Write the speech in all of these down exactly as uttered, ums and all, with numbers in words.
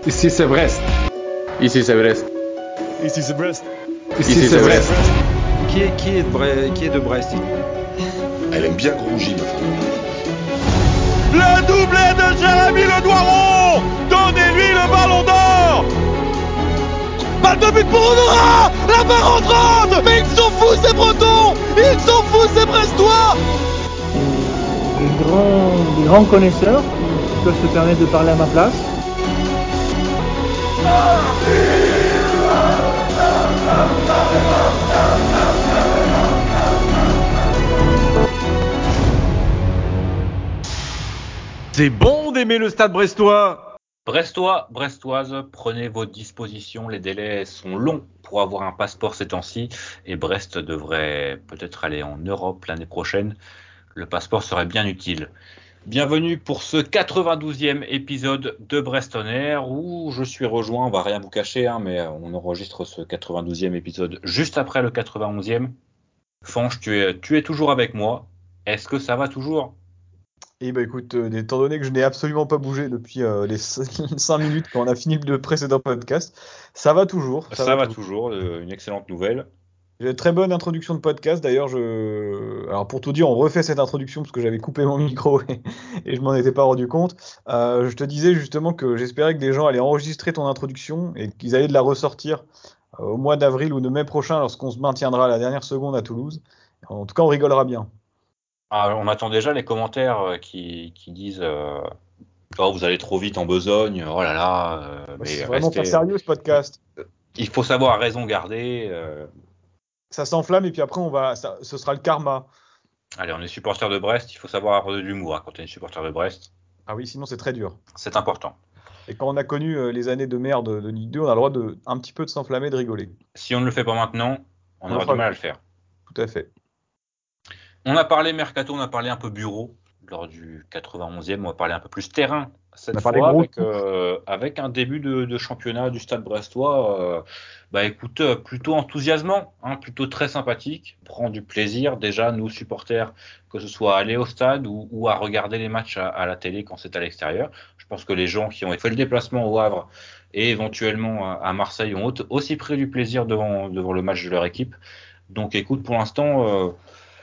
Ici c'est Brest. Ici c'est Brest. Ici c'est Brest. Ici c'est Brest. Qui est, qui est de Brest, qui est de Brest? Elle aime bien Grougy, ma femme. Le doublé de Jérémy Le Doiron. Donnez-lui le ballon d'or. Balle de but pour Honora. La barre entrante. Mais ils sont fous ces Bretons. Ils sont fous ces Brestois. Des grands, des grands connaisseurs qui peuvent se permettre de parler à ma place. C'est bon d'aimer le Stade Brestois. Brestois, Brestoises, prenez vos dispositions, les délais sont longs pour avoir un passeport ces temps-ci et Brest devrait peut-être aller en Europe l'année prochaine. Le passeport serait bien utile. Bienvenue pour ce quatre-vingt-douzième épisode de Brest On Air où je suis rejoint, on va rien vous cacher, hein, mais on enregistre ce quatre-vingt-douzième épisode juste après le quatre-vingt-onzième. Fanch, tu es, tu es toujours avec moi. Est-ce que ça va toujours ? Eh ben écoute, euh, étant donné que je n'ai absolument pas bougé depuis euh, les cinq minutes quand on a fini le précédent podcast, ça va toujours. Ça, ça va, va toujours, euh, une excellente nouvelle. J'ai une très bonne introduction de podcast. D'ailleurs, je, alors pour tout dire, on refait cette introduction parce que j'avais coupé mon micro et, et je m'en étais pas rendu compte. Euh, je te disais justement que j'espérais que des gens allaient enregistrer ton introduction et qu'ils allaient de la ressortir euh, au mois d'avril ou de mai prochain lorsqu'on se maintiendra à la dernière seconde à Toulouse. En tout cas, on rigolera bien. Ah, on attend déjà les commentaires qui, qui disent euh, oh, vous allez trop vite en besogne, oh là là. Euh, mais c'est vraiment restez... pas sérieux ce podcast. Il faut savoir raison garder. Euh... Ça s'enflamme et puis après, on va, ça, ce sera le karma. Allez, on est supporter de Brest, il faut savoir avoir de l'humour hein, quand on est supporter de Brest. Ah oui, sinon c'est très dur. C'est important. Et quand on a connu euh, les années de merde de, de Ligue deux, on a le droit de un petit peu de s'enflammer, de rigoler. Si on ne le fait pas maintenant, on, on aura du mal à le faire. Tout à fait. On a parlé mercato, on a parlé un peu bureau lors du quatre-vingt-onzième, on va parler un peu plus terrain cette fois avec, euh, avec un début de, de championnat du Stade Brestois. Euh, bah écoute, euh, plutôt enthousiasmant, hein, plutôt très sympathique, prend du plaisir déjà nous supporters, que ce soit à aller au stade ou, ou à regarder les matchs à, à la télé quand c'est à l'extérieur. Je pense que les gens qui ont fait le déplacement au Havre et éventuellement à, à Marseille ont aussi pris du plaisir devant, devant le match de leur équipe. Donc écoute, pour l'instant... Euh,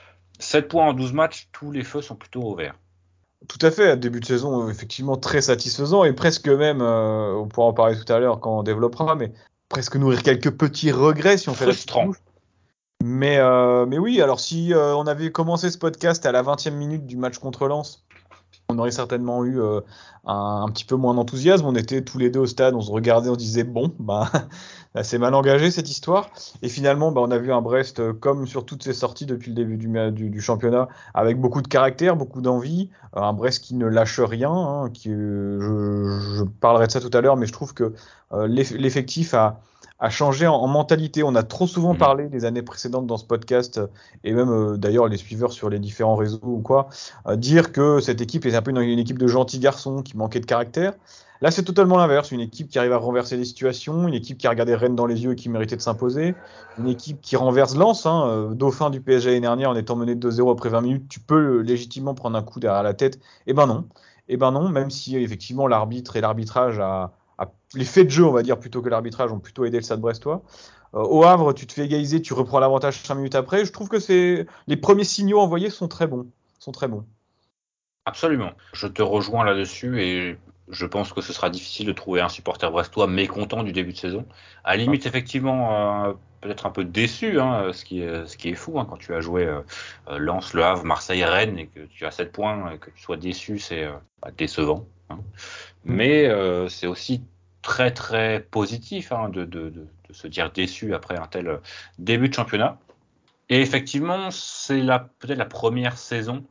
sept points en douze matchs, tous les feux sont plutôt au vert. Tout à fait, début de saison effectivement très satisfaisant et presque même, euh, on pourra en parler tout à l'heure quand on développera, mais presque nourrir quelques petits regrets si on fait frustrant. La mais, euh, mais oui, alors si euh, on avait commencé ce podcast à la vingtième minute du match contre Lens, on aurait certainement eu euh, un, un petit peu moins d'enthousiasme. On était tous les deux au stade, on se regardait, on se disait bon, bah, c'est mal engagé cette histoire. Et finalement, bah, on a vu un Brest euh, comme sur toutes ses sorties depuis le début du, du, du championnat, avec beaucoup de caractère, beaucoup d'envie. Euh, un Brest qui ne lâche rien. Hein, qui, euh, je, je parlerai de ça tout à l'heure, mais je trouve que euh, l'eff- l'effectif a a changé en, en mentalité. On a trop souvent mmh. parlé des années précédentes dans ce podcast, et même euh, d'ailleurs les suiveurs sur les différents réseaux ou quoi, euh, dire que cette équipe est un peu une, une équipe de gentils garçons qui manquait de caractère. Là, c'est totalement l'inverse. Une équipe qui arrive à renverser les situations, une équipe qui a regardé Rennes dans les yeux et qui méritait de s'imposer, une équipe qui renverse Lens, hein, euh, dauphin du P S G l'année dernière en étant mené de deux zéro après vingt minutes, tu peux euh, légitimement prendre un coup derrière la tête. Eh ben non. Eh ben non, même si effectivement l'arbitre et l'arbitrage a les faits de jeu, on va dire, plutôt que l'arbitrage, ont plutôt aidé le Stade Brestois. Euh, au Havre, tu te fais égaliser, tu reprends l'avantage cinq minutes après. Je trouve que c'est les premiers signaux envoyés sont très bons, sont très bons. Absolument. Je te rejoins là-dessus et je pense que ce sera difficile de trouver un supporter brestois mécontent du début de saison. À la limite, effectivement, euh, peut-être un peu déçu, hein, ce qui est, ce qui est fou hein, quand tu as joué euh, Lens, Le Havre, Marseille, Rennes et que tu as sept points et que tu sois déçu, c'est euh, bah, décevant. Hein. Mais euh, c'est aussi très très positif hein, de, de, de, de se dire déçu après un tel début de championnat. Et effectivement, c'est la, peut-être la première saison,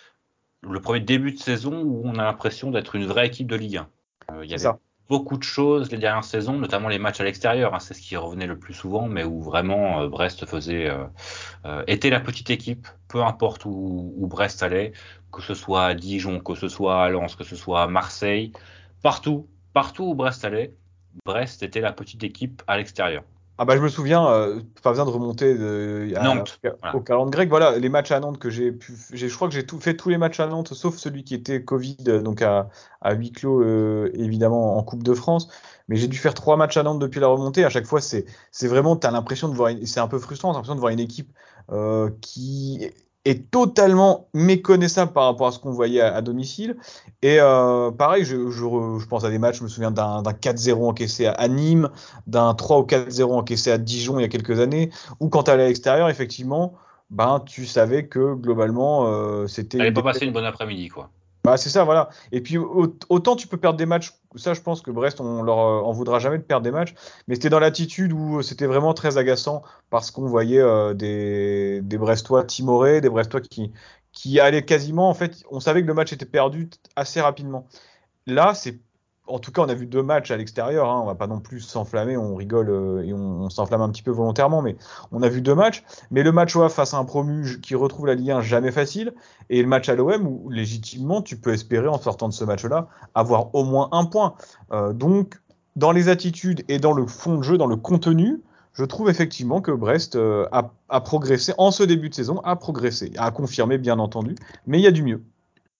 le premier début de saison où on a l'impression d'être une vraie équipe de Ligue un. Euh, il y avait ça. Beaucoup de choses les dernières saisons, notamment les matchs à l'extérieur, hein, c'est ce qui revenait le plus souvent, mais où vraiment euh, Brest faisait euh, euh, était la petite équipe, peu importe où, où Brest allait, que ce soit à Dijon, que ce soit à Lens, que ce soit à Marseille, partout, partout où Brest allait, Brest était la petite équipe à l'extérieur. Ah bah je me souviens, euh, pas besoin de remonter de, à- Nantes, au voilà. calendrier grec. Voilà, les matchs à Nantes que j'ai pu, j'ai, je crois que j'ai tout fait tous les matchs à Nantes, sauf celui qui était Covid, euh, donc à, à huis clos, euh, évidemment en Coupe de France. Mais j'ai dû faire trois matchs à Nantes depuis la remontée. À chaque fois, c'est, c'est vraiment, t'as l'impression de voir, une- c'est un peu frustrant, t'as l'impression de voir une équipe euh, qui est totalement méconnaissable par rapport à ce qu'on voyait à, à domicile. Et euh, pareil, je, je, re- je pense à des matchs, je me souviens d'un, d'un quatre zéro encaissé à, à Nîmes, d'un trois ou quatre zéro encaissé à Dijon il y a quelques années, ou quand tu allais à l'extérieur, effectivement, ben, tu savais que globalement, euh, c'était T'avais une pas défaite. passé une bonne après-midi, quoi. Bah, c'est ça, voilà. Et puis, au- autant tu peux perdre des matchs, ça, je pense que Brest, on leur euh, en voudra jamais de perdre des matchs, mais c'était dans l'attitude où c'était vraiment très agaçant parce qu'on voyait euh, des, des Brestois timorés, des Brestois qui, qui allaient quasiment, en fait, on savait que le match était perdu t- assez rapidement. Là, c'est en tout cas, on a vu deux matchs à l'extérieur. Hein, on va pas non plus s'enflammer, on rigole euh, et on, on s'enflamme un petit peu volontairement, mais on a vu deux matchs. Mais le match O A F face à un promu qui retrouve la Ligue un jamais facile, et le match à l'O M où légitimement tu peux espérer en sortant de ce match-là avoir au moins un point. Euh, donc, dans les attitudes et dans le fond de jeu, dans le contenu, je trouve effectivement que Brest euh, a, a progressé en ce début de saison, a progressé, a confirmé bien entendu, mais il y a du mieux.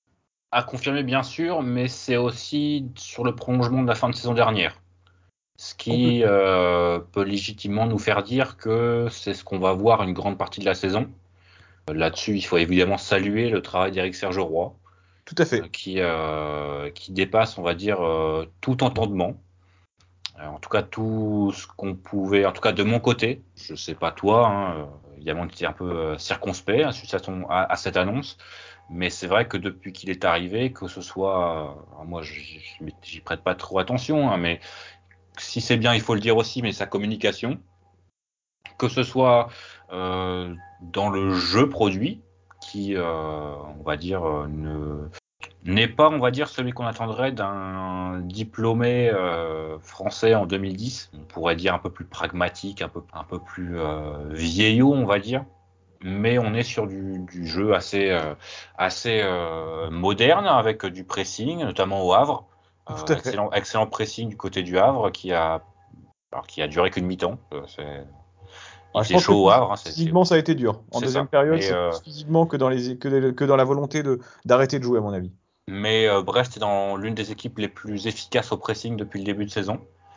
À confirmer, bien sûr, mais c'est aussi sur le prolongement de la fin de saison dernière. Ce qui euh, peut légitimement nous faire dire que c'est ce qu'on va voir une grande partie de la saison. Là-dessus, il faut évidemment saluer le travail d'Éric Serge Roy, Tout à euh, fait. qui, euh, qui dépasse, on va dire, euh, tout entendement. Euh, en tout cas, tout ce qu'on pouvait, en tout cas de mon côté, je sais pas toi, hein, euh, évidemment, tu étais un peu euh, circonspect hein, suite à, ton, à, à cette annonce, mais c'est vrai que depuis qu'il est arrivé, que ce soit, euh, moi, j'y j'y prête pas trop attention, hein, mais si c'est bien, il faut le dire aussi, mais sa communication, que ce soit euh, dans le jeu produit, qui, euh, on va dire, euh, ne n'est pas, on va dire, celui qu'on attendrait d'un diplômé euh, français en deux mille dix. On pourrait dire un peu plus pragmatique, un peu, un peu plus euh, vieillot, on va dire. Mais on est sur du, du jeu assez, euh, assez euh, moderne, avec du pressing, notamment au Havre. Tout Euh, à fait. excellent, excellent pressing du côté du Havre, qui a, alors, qui a duré qu'une mi-temps. Euh, c'est, il Ah, je faisait pense que chaud au Havre, hein, c'est, c'est, physiquement, ça a été dur. En c'est deuxième ça. période, Mais c'est euh, plus physiquement que dans, les, que, que dans la volonté de, d'arrêter de jouer, à mon avis. Mais euh, Brest est dans l'une des équipes les plus efficaces au pressing depuis le début de saison,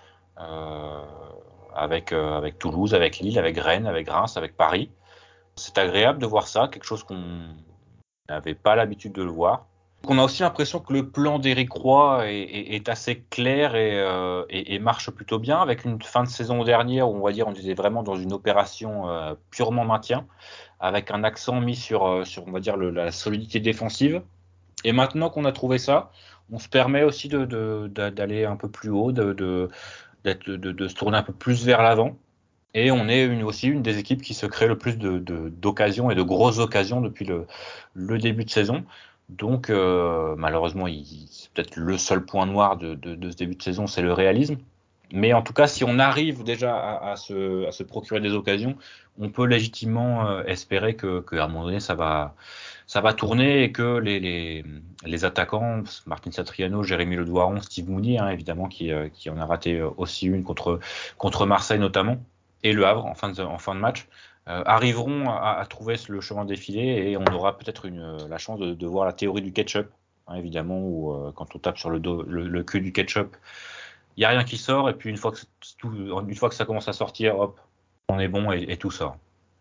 euh, avec, euh, avec Toulouse, avec Lille, avec Rennes, avec Reims, avec Paris. C'est agréable de voir ça, quelque chose qu'on n'avait pas l'habitude de le voir. On a aussi l'impression que le plan d'Éric Roy est, est, est assez clair et, euh, et, et marche plutôt bien, avec une fin de saison dernière où on va dire on était vraiment dans une opération euh, purement maintien, avec un accent mis sur, euh, sur on va dire le, la solidité défensive. Et maintenant qu'on a trouvé ça, on se permet aussi de, de, de, d'aller un peu plus haut, de, de, d'être, de, de se tourner un peu plus vers l'avant. Et on est une, aussi une des équipes qui se crée le plus de, de, d'occasions et de grosses occasions depuis le, le début de saison. Donc euh, malheureusement, il, c'est peut-être le seul point noir de, de, de ce début de saison, c'est le réalisme. Mais en tout cas, si on arrive déjà à, à, se, à se procurer des occasions, on peut légitimement euh, espérer que, qu'à un moment donné, ça va, ça va tourner et que les, les, les attaquants, Martin Satriano, Jérémy Ledouaron, Steve Mounier, hein, évidemment, qui, euh, qui en a raté aussi une contre, contre Marseille notamment, et Le Havre en fin de, en fin de match, euh, arriveront à, à trouver le chemin défilé et on aura peut-être une, la chance de, de voir la théorie du ketchup, hein, évidemment, où euh, quand on tape sur le, dos, le, le cul du ketchup, il n'y a rien qui sort, et puis une fois, que tout, une fois que ça commence à sortir, hop, on est bon et, et tout sort.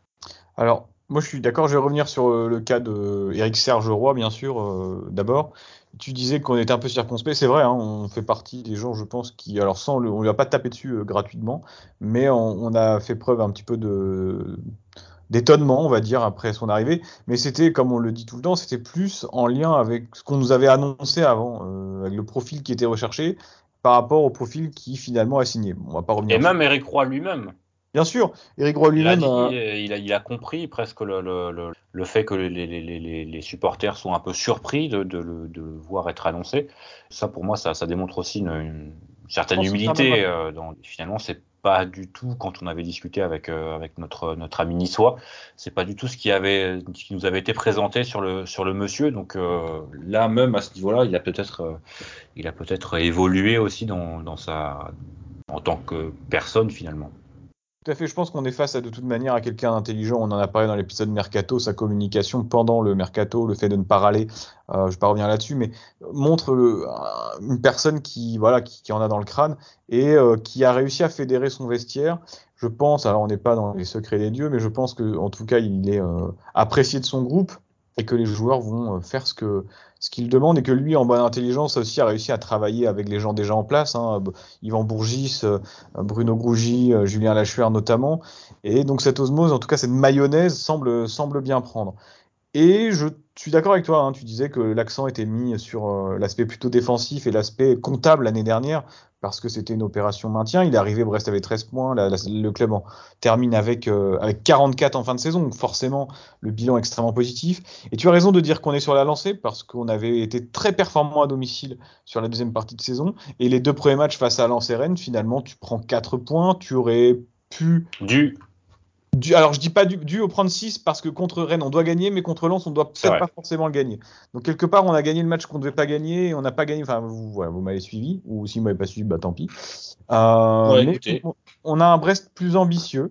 Alors, moi, je suis d'accord, je vais revenir sur euh, le cas de Éric Serge Roy, bien sûr, euh, d'abord. Tu disais qu'on était un peu circonspect, c'est vrai, hein, on fait partie des gens, je pense, qui, alors sans le, on lui a pas tapé dessus euh, gratuitement, mais on, on a fait preuve un petit peu de d'étonnement, on va dire, après son arrivée. Mais c'était, comme on le dit tout le temps, c'était plus en lien avec ce qu'on nous avait annoncé avant, euh, avec le profil qui était recherché par rapport au profil qui finalement a signé. Bon, on va pas revenir Et dessus. même Eric Roy lui-même, Bien sûr, Éric Roy il a lui-même, dit, euh, il a, il a compris presque le, le, le, le fait que les, les, les, les supporters sont un peu surpris de, de, de, de le voir être annoncé. Ça, pour moi, ça, ça démontre aussi une, une je certaine pense que c'est un même humilité. Euh, dans, finalement, c'est pas du tout, quand on avait discuté avec, euh, avec notre, notre ami niçois, c'est pas du tout ce qui, avait, qui nous avait été présenté sur le, sur le monsieur. Donc euh, là, même à ce niveau-là, il a peut-être euh, il a peut-être évolué aussi dans, dans sa, en tant que personne, finalement. Tout à fait, je pense qu'on est face à de toute manière à quelqu'un d'intelligent. On en a parlé dans l'épisode Mercato, sa communication pendant le Mercato, le fait de ne pas râler, euh, je ne vais pas revenir là-dessus, mais montre euh, une personne qui, voilà, qui, qui en a dans le crâne et euh, qui a réussi à fédérer son vestiaire. Je pense, alors on n'est pas dans les secrets des dieux, mais je pense que en tout cas il est euh, apprécié de son groupe et que les joueurs vont euh, faire ce que ce qu'il demande et que lui, en bonne intelligence aussi, a réussi à travailler avec les gens déjà en place. Hein, Yvan Bourgis, euh, Bruno Grougy, euh, Julien Lachuer notamment. Et donc cette osmose, en tout cas cette mayonnaise, semble, semble bien prendre. Et je suis d'accord avec toi, hein, tu disais que l'accent était mis sur euh, l'aspect plutôt défensif et l'aspect comptable l'année dernière, parce que c'était une opération maintien. Il est arrivé, Brest avait treize points, la, la, le club en, termine avec, euh, avec quarante-quatre en fin de saison, donc forcément le bilan est extrêmement positif. Et tu as raison de dire qu'on est sur la lancée, parce qu'on avait été très performant à domicile sur la deuxième partie de saison, et les deux premiers matchs face à Lens et Rennes, finalement tu prends quatre points, tu aurais pu... Du Du, alors, je dis pas dû, dû au prendre six parce que contre Rennes, on doit gagner, mais contre Lens, on doit peut-être pas forcément le gagner. Donc, quelque part, on a gagné le match qu'on ne devait pas gagner et on n'a pas gagné. Enfin, vous, voilà, vous m'avez suivi, ou si vous m'avez pas suivi, bah tant pis. Euh, ouais, mais on, on a un Brest plus ambitieux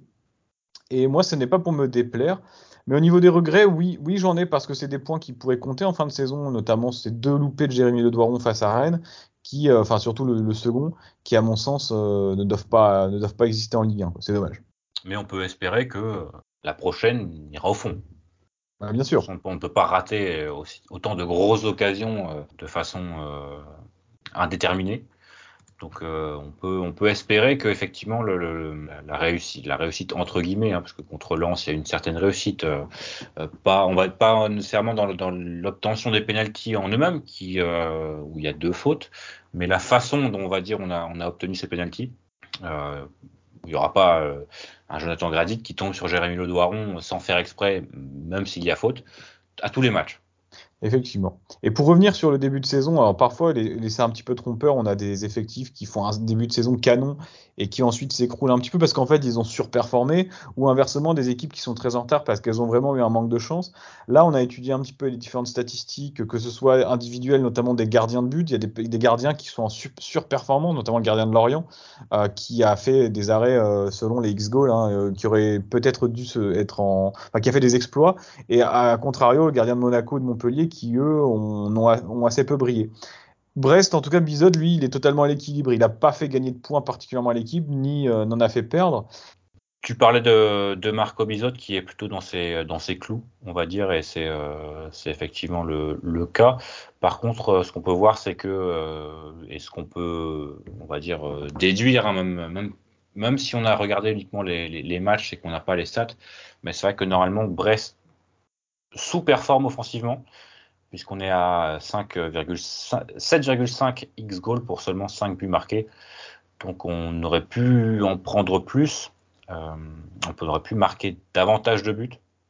et moi, ce n'est pas pour me déplaire. Mais au niveau des regrets, oui, oui, j'en ai parce que c'est des points qui pourraient compter en fin de saison, notamment ces deux loupés de Jérémy Ledoiron face à Rennes, qui, euh, enfin, surtout le, le second, qui, à mon sens, euh, ne doivent pas, ne doivent pas exister en Ligue un. C'est dommage. Mais on peut espérer que la prochaine ira au fond. Ah, bien sûr. On ne peut pas rater aussi, autant de grosses occasions euh, de façon euh, indéterminée. Donc euh, on peut on peut espérer que effectivement le, le, la réussite la réussite entre guillemets, hein, parce que contre Lens il y a une certaine réussite, euh, euh, pas on va pas nécessairement dans, dans l'obtention des pénaltys en eux-mêmes qui euh, où il y a deux fautes, mais la façon dont on va dire on a on a obtenu ces pénaltys. Euh, il n'y aura pas euh, un Jonathan Gradit qui tombe sur Jérémy Ledoiron sans faire exprès, même s'il y a faute, à tous les matchs. Effectivement. Et pour revenir sur le début de saison, alors parfois, les, les, c'est un petit peu trompeur. On a des effectifs qui font un début de saison canon et qui ensuite s'écroulent un petit peu parce qu'en fait, ils ont surperformé, ou inversement, des équipes qui sont très en retard parce qu'elles ont vraiment eu un manque de chance. Là, on a étudié un petit peu les différentes statistiques, que ce soit individuelles, notamment des gardiens de but. Il y a des, des gardiens qui sont en sur, surperformance, notamment le gardien de Lorient, euh, qui a fait des arrêts euh, selon les X-Goals, hein, euh, qui aurait peut-être dû se, être en. Enfin, qui a fait des exploits. Et à, à contrario, le gardien de Monaco, de Montpellier, qui eux ont, ont, ont assez peu brillé. Brest, en tout cas, Bizot, lui, il est totalement à l'équilibre. Il n'a pas fait gagner de points particulièrement à l'équipe, ni euh, n'en a fait perdre. Tu parlais de, de Marco Bizot qui est plutôt dans ses, dans ses clous, on va dire, et c'est, euh, c'est effectivement le, le cas. Par contre, ce qu'on peut voir, c'est que, euh, et ce qu'on peut, on va dire, euh, déduire, hein, même, même, même si on a regardé uniquement les, les, les matchs et qu'on n'a pas les stats, mais c'est vrai que normalement, Brest sous-performe offensivement, puisqu'on est à sept virgule cinq X-goal pour seulement cinq buts marqués. Donc on aurait pu en prendre plus, euh, on aurait pu marquer davantage de buts.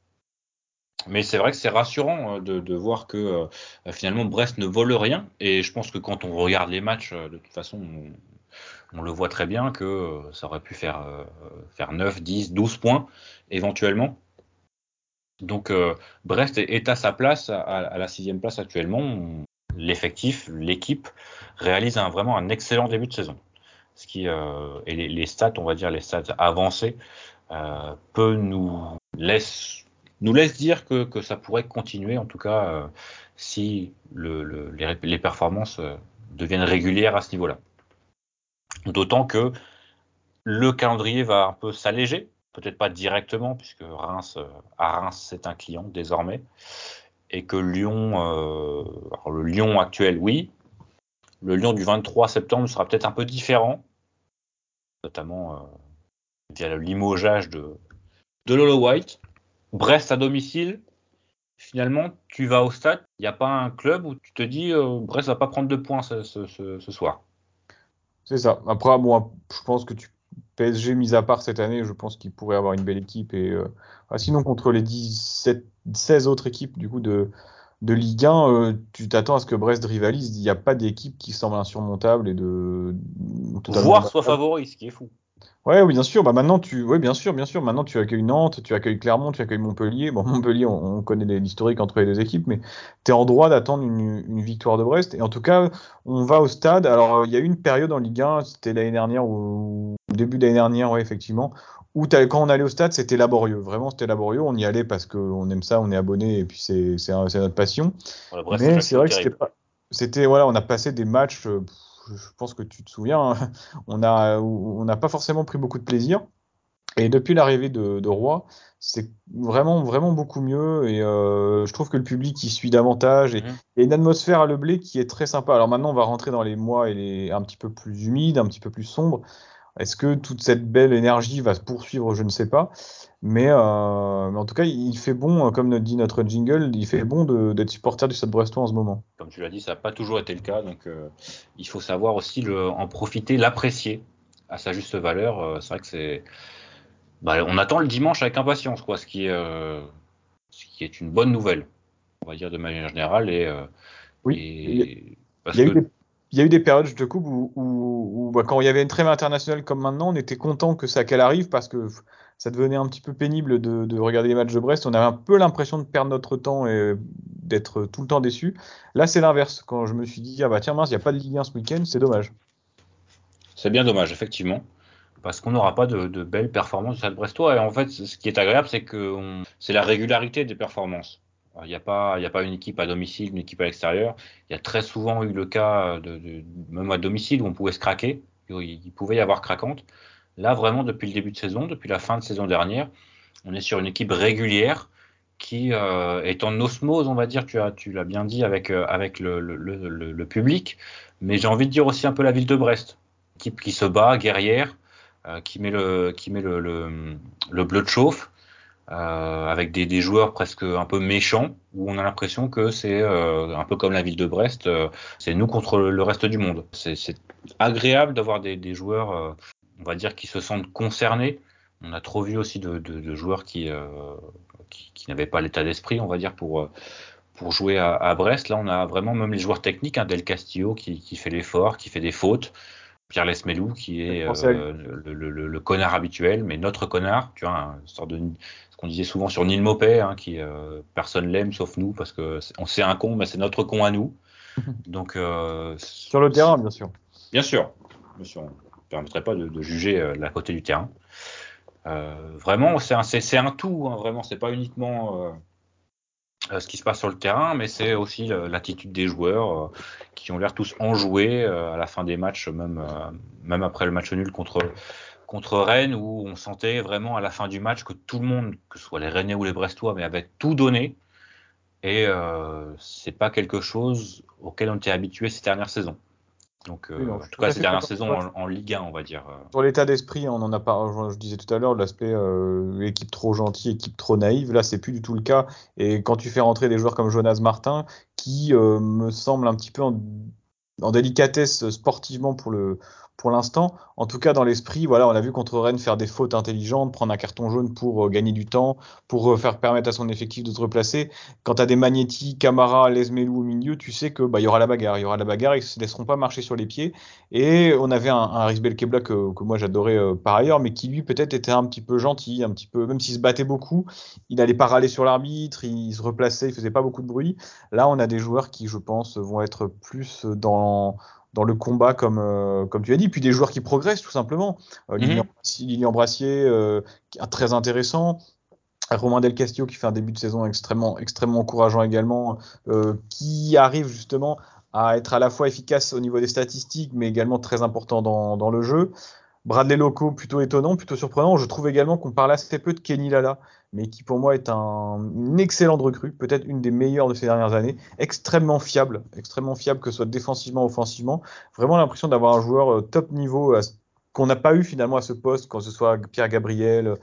Mais c'est vrai que c'est rassurant de, de voir que euh, finalement Brest ne vole rien. Et je pense que quand on regarde les matchs, de toute façon, on, on le voit très bien que euh, ça aurait pu faire, euh, faire neuf, dix, douze points éventuellement. Donc euh, Brest est à sa place, à, à la sixième place actuellement. L'effectif, l'équipe réalise un, vraiment un excellent début de saison. Ce qui euh, et les, les stats, on va dire les stats avancées, euh, peut nous laisse nous laisse dire que, que ça pourrait continuer, en tout cas euh, si le, le, les, les performances euh, deviennent régulières à ce niveau-là. D'autant que le calendrier va un peu s'alléger. Peut-être pas directement, puisque Reims, euh, à Reims, c'est un client désormais. Et que Lyon, euh, alors le Lyon actuel, oui. Le Lyon du vingt-trois septembre sera peut-être un peu différent, notamment euh, via le limogeage de, de Lolo White. Brest à domicile, finalement, tu vas au stade, il n'y a pas un club où tu te dis euh, Brest va pas prendre deux points ce, ce, ce, ce soir. C'est ça. Après, moi, je pense que tu P S G, mis à part cette année, je pense qu'il pourrait avoir une belle équipe. Et euh, ah, sinon, contre les dix-sept, seize autres équipes du coup de, de Ligue un, euh, tu t'attends à ce que Brest rivalise. Il n'y a pas d'équipe qui semble insurmontable et de totalement. Voire soit favori, ce qui est fou. Ouais, oui, bien sûr. Bah maintenant, tu, ouais, bien sûr, bien sûr. Maintenant, tu accueilles Nantes, tu accueilles Clermont, tu accueilles Montpellier. Bon, Montpellier, on, on connaît les- l'historique entre les deux équipes, mais tu es en droit d'attendre une, une victoire de Brest. Et en tout cas, on va au stade. Alors, euh, il y a eu une période en Ligue un, c'était l'année dernière, ou au début d'année dernière, ouais, effectivement, où t'as- quand on allait au stade, c'était laborieux. Vraiment, c'était laborieux. On y allait parce qu'on aime ça, on est abonné, et puis c'est, c'est, un- c'est notre passion. Voilà, Mais c'est Brest-Ajaccio, vrai que c'était terrible. pas, c'était, voilà, on a passé des matchs. euh, pff, je pense que tu te souviens, hein, on a, où on n'a pas forcément pris beaucoup de plaisir. Et depuis l'arrivée de, de Roy, c'est vraiment, vraiment beaucoup mieux. Et euh, je trouve que le public y suit davantage. Et Mhm. il y a une atmosphère à Le Blé qui est très sympa. Alors maintenant, on va rentrer dans les mois et les, un petit peu plus humides, un petit peu plus sombres. Est-ce que toute cette belle énergie va se poursuivre? Je ne sais pas. Mais, euh, mais en tout cas, il fait bon, euh, comme notre- dit notre jingle, il fait bon de- d'être supporter du Stade Brestois en ce moment. Comme tu l'as dit, ça n'a pas toujours été le cas, donc euh, il faut savoir aussi le, en profiter, l'apprécier à sa juste valeur. Euh, c'est vrai que c'est, bah, on attend le dimanche avec impatience, quoi, ce qui est, euh, ce qui est une bonne nouvelle, on va dire de manière générale, et, euh, Oui, il et il parce y a eu que des, il y a eu des périodes, je te coupe, où, où- où, bah, quand il y avait une trêve internationale comme maintenant, on était content que ça qu'elle arrive parce que f- ça devenait un petit peu pénible de, de regarder les matchs de Brest. On avait un peu l'impression de perdre notre temps et d'être tout le temps déçu. Là, c'est l'inverse. Quand je me suis dit, ah bah tiens, mince, il n'y a pas de Ligue un ce week-end, c'est dommage. c'est bien dommage, effectivement, parce qu'on n'aura pas de, de belles performances du Stade Brestois. Et en fait, ce qui est agréable, c'est que on- c'est la régularité des performances. Il n'y a pas, il y a pas une équipe à domicile, une équipe à l'extérieur. Il y a très souvent eu le cas, de, de- même à domicile, où on pouvait se craquer. Il, il pouvait y avoir craquante. Là, vraiment, depuis le début de saison, depuis la fin de saison dernière, on est sur une équipe régulière qui euh, est en osmose, on va dire, tu as, tu l'as bien dit, avec, euh, avec le, le, le, le- le public. Mais j'ai envie de dire aussi un peu la ville de Brest. Équipe qui se bat, guerrière, euh, qui met le, qui met le, le, le bleu de chauffe, euh, avec des, des joueurs presque un peu méchants, où on a l'impression que c'est euh, un peu comme la ville de Brest, euh, c'est nous contre le reste du monde. C'est, c'est agréable d'avoir des, des joueurs, euh, on va dire, qui se sentent concernés. On a trop vu aussi de, de, de joueurs qui, euh, qui, qui n'avaient pas l'état d'esprit, on va dire, pour, euh, pour jouer à, à Brest. Là, on a vraiment même les joueurs techniques, hein, Del Castillo qui, qui fait l'effort, qui fait des fautes. Pierre Lesmelou, qui Je est pensais à lui. euh, le, le, le, le connard habituel, mais notre connard, tu vois, un sorte de ce qu'on disait souvent sur Neil Maupay, hein, qui euh, personne l'aime sauf nous parce que c'est, on sait un con, mais c'est notre con à nous. Donc, euh, Sur le terrain, bien sûr. bien sûr, bien sûr, on ne permettrait pas de, de juger euh, la côté du terrain. Euh, vraiment, c'est un, c'est, c'est un tout, hein, vraiment, c'est pas uniquement euh, euh, ce qui se passe sur le terrain, mais c'est aussi le- l'attitude des joueurs euh, qui ont l'air tous enjoués euh, à la fin des matchs, même, euh, même après le match nul contre, contre Rennes, où on sentait vraiment à la fin du match que tout le monde, que ce soit les Rennais ou les Brestois, mais avait tout donné. Et euh, c'est pas quelque chose auquel on était habitué ces dernières saisons. Donc, Oui, euh, non, en je suis tout tout cas, à ces fait dernières d'accord avec saisons toi. en, en Ligue un, on va dire. Sur l'état d'esprit, on en a pas, je, je disais tout à l'heure, l'aspect euh, équipe trop gentille, équipe trop naïve. Là, c'est plus du tout le cas. Et quand tu fais rentrer des joueurs comme Jonas Martin, qui euh, me semble un petit peu en, en délicatesse sportivement pour le, pour l'instant, en tout cas dans l'esprit, voilà, on a vu contre Rennes faire des fautes intelligentes, prendre un carton jaune pour euh, gagner du temps, pour euh, faire permettre à son effectif de se replacer. Quand tu as des Magnetti, Camara, Lesmelou au milieu, tu sais que bah, il y aura la bagarre, il y aura la bagarre, ils se laisseront pas marcher sur les pieds. Et on avait un, un Aris Belkebla que, que moi j'adorais euh, par ailleurs, mais qui lui peut-être était un petit peu gentil, un petit peu, même s'il se battait beaucoup, il allait pas râler sur l'arbitre, il se replaçait, il faisait pas beaucoup de bruit. Là, on a des joueurs qui, je pense, vont être plus dans, dans le combat, comme, euh, comme tu as dit, puis des joueurs qui progressent tout simplement. Euh, Lilian, Mhm. Lilian Brassier, euh, qui est très intéressant. Romain Del Castillo qui fait un début de saison extrêmement, extrêmement encourageant également, euh, qui arrive justement à être à la fois efficace au niveau des statistiques, mais également très important dans, dans le jeu. Bradley Loco, plutôt étonnant, plutôt surprenant. Je trouve également qu'on parle assez peu de Kenny Lala, mais qui pour moi est un, une excellente recrue, peut-être une des meilleures de ces dernières années, extrêmement fiable, extrêmement fiable que ce soit défensivement, offensivement. Vraiment l'impression d'avoir un joueur euh, top niveau à ce- qu'on n'a pas eu finalement à ce poste, quand ce soit Pierre Gabriel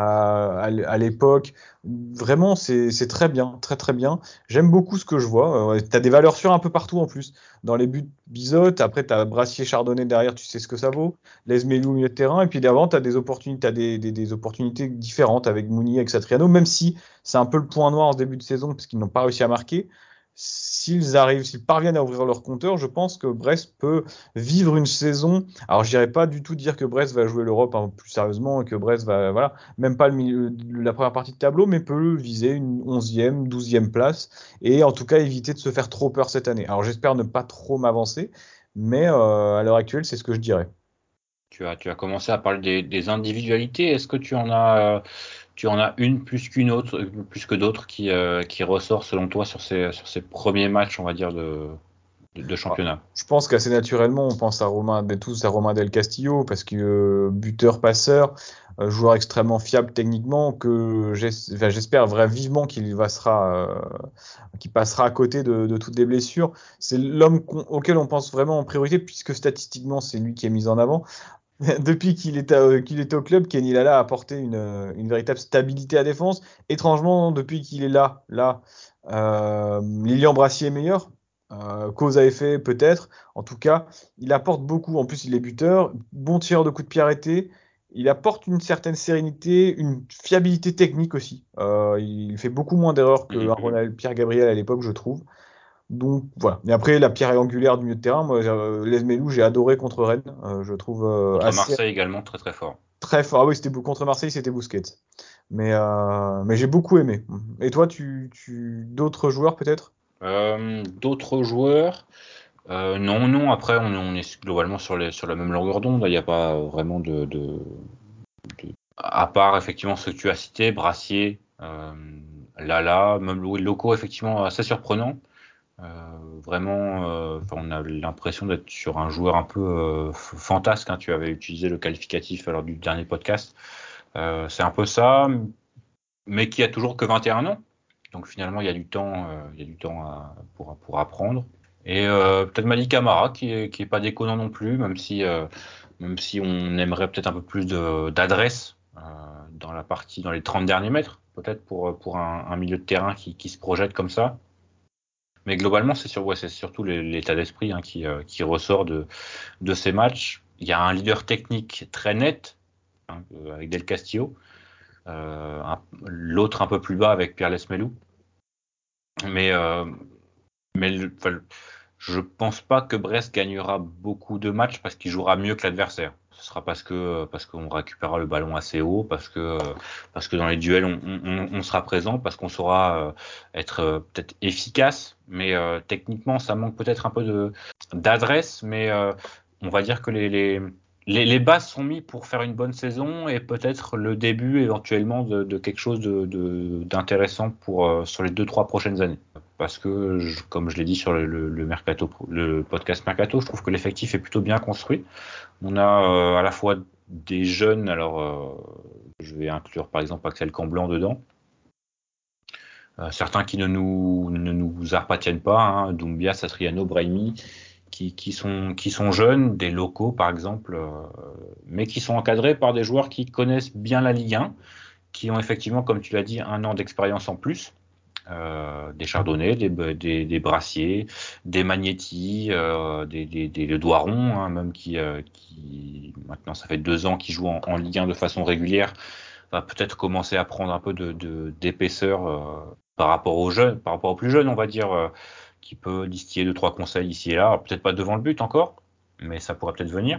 à, à l- à l'époque. Vraiment, c'est c'est très bien, très très bien. J'aime beaucoup ce que je vois. Euh, tu as des valeurs sûres un peu partout en plus. Dans les buts, Bizotte, après tu as Brassier Chardonnay derrière, tu sais ce que ça vaut. Lesmelou au milieu de terrain, et puis d'avant, tu as des opportunités, t'as des, des, des opportunités différentes avec Mounier, avec Satriano, même si c'est un peu le point noir en ce début de saison, parce qu'ils n'ont pas réussi à marquer. s'ils arrivent, s'ils parviennent à ouvrir leur compteur, je pense que Brest peut vivre une saison. Alors, je dirais pas du tout dire que Brest va jouer l'Europe un peu plus sérieusement et que Brest va, voilà, même pas le milieu, la première partie de tableau, mais peut viser une onzième, douzième place et en tout cas éviter de se faire trop peur cette année. Alors, j'espère ne pas trop m'avancer, mais euh, à l'heure actuelle, c'est ce que je dirais. Tu as, tu as commencé à parler des, des individualités. Est-ce que tu en as, euh, tu en as une plus qu'une autre, euh, plus que d'autres qui, euh, qui ressort selon toi sur ces, sur ces premiers matchs, on va dire, de, de, de championnat? Je pense qu'assez naturellement, on pense à Romain, tous à Romain Del Castillo, parce que euh, buteur, passeur, euh, joueur extrêmement fiable techniquement, que j'es- enfin, j'espère vraiment vivement qu'il va sera, euh, qu'il passera à côté de, de toutes les blessures. C'est l'homme qu'on- auquel on pense vraiment en priorité, puisque statistiquement, c'est lui qui est mis en avant. Depuis qu'il est à- qu'il est au club, Kenny Lala a apporté une, euh, une véritable stabilité à défense. Étrangement, depuis qu'il est là, là, euh, Lilian Brassier est meilleur. Euh, cause à effet, peut-être. En tout cas, il apporte beaucoup. En plus, il est buteur, bon tireur de coups de pied arrêtés. Il apporte une certaine sérénité, une fiabilité technique aussi. Euh, il fait beaucoup moins d'erreurs que un Mhm. Ronald Pierre Gabriel à l'époque, je trouve. Donc voilà. Et après, la pierre angulaire du milieu de terrain, moi, euh, Les Melou, j'ai adoré contre Rennes. Euh, je trouve euh, Contre assez Marseille également, très très fort. très fort. Ah oui, c'était beau- contre Marseille, c'était Busquets. Mais, euh, mais j'ai beaucoup aimé. Et toi, tu, tu d'autres joueurs peut-être? Euh, d'autres joueurs? Euh, non, non. Après, on, on est globalement sur, les, sur la même longueur d'onde. Il n'y a pas vraiment de, de, de- à part effectivement ceux que tu as cités, Brassier, euh, Lala, même Louis Loco, effectivement assez surprenant. Euh, vraiment, euh, enfin, on a l'impression d'être sur un joueur un peu euh, f- fantasque, hein. Tu avais utilisé le qualificatif lors du dernier podcast. Euh, c'est un peu ça, mais qui a toujours que vingt et un ans. Donc finalement, il y a du temps, euh, il y a du temps à- pour, pour apprendre. Et euh, peut-être Malik Camara, qui est, qui est pas déconnant non plus, même si, euh, même si on aimerait peut-être un peu plus de, d'adresse euh, dans la partie, dans les trente derniers mètres, peut-être pour, pour un, un milieu de terrain qui, qui se projette comme ça. Mais globalement, c'est sur, ouais, c'est surtout les- l'état d'esprit, hein, qui, euh, qui ressort de, de ces matchs. Il y a un leader technique très net, hein, euh, avec Del Castillo, euh, un- l'autre un peu plus bas avec Pierre Lesmelou. Mais, euh, mais le- enfin, je pense pas que Brest gagnera beaucoup de matchs parce qu'il jouera mieux que l'adversaire. Ce sera parce que parce qu'on récupérera le ballon assez haut, parce que parce que dans les duels on, on, on sera présent, parce qu'on saura euh, être euh, peut-être efficace, mais euh, techniquement ça manque peut-être un peu de d'adresse, mais euh, on va dire que les, les les les bases sont mises pour faire une bonne saison et peut-être le début éventuellement de, de quelque chose de, de d'intéressant pour euh, sur les deux trois prochaines années. Parce que, je- comme je l'ai dit sur le, le, le mercato, le podcast mercato, je trouve que l'effectif est plutôt bien construit. On a euh, à la fois des jeunes, alors euh, je vais inclure par exemple Axel Camblan dedans, euh, certains qui ne nous ne nous appartiennent pas, hein, Doumbia, Satriano, Brahimi, qui, qui sont qui sont jeunes, des locaux par exemple, euh, mais qui sont encadrés par des joueurs qui connaissent bien la Ligue un, qui ont effectivement, comme tu l'as dit, un an d'expérience en plus. Euh, des Chardonnays, des, des, des Brassiers, des Magnetti, euh, des, des, des Le Doiron, hein, même qui, euh, qui maintenant ça fait deux ans qu'il joue en, en Ligue un de façon régulière, va peut-être commencer à prendre un peu de, de, d'épaisseur euh, par rapport aux jeunes, par rapport aux plus jeunes, on va dire, euh, qui peut distiller deux trois conseils ici et là. Alors, peut-être pas devant le but encore, mais ça pourrait peut-être venir.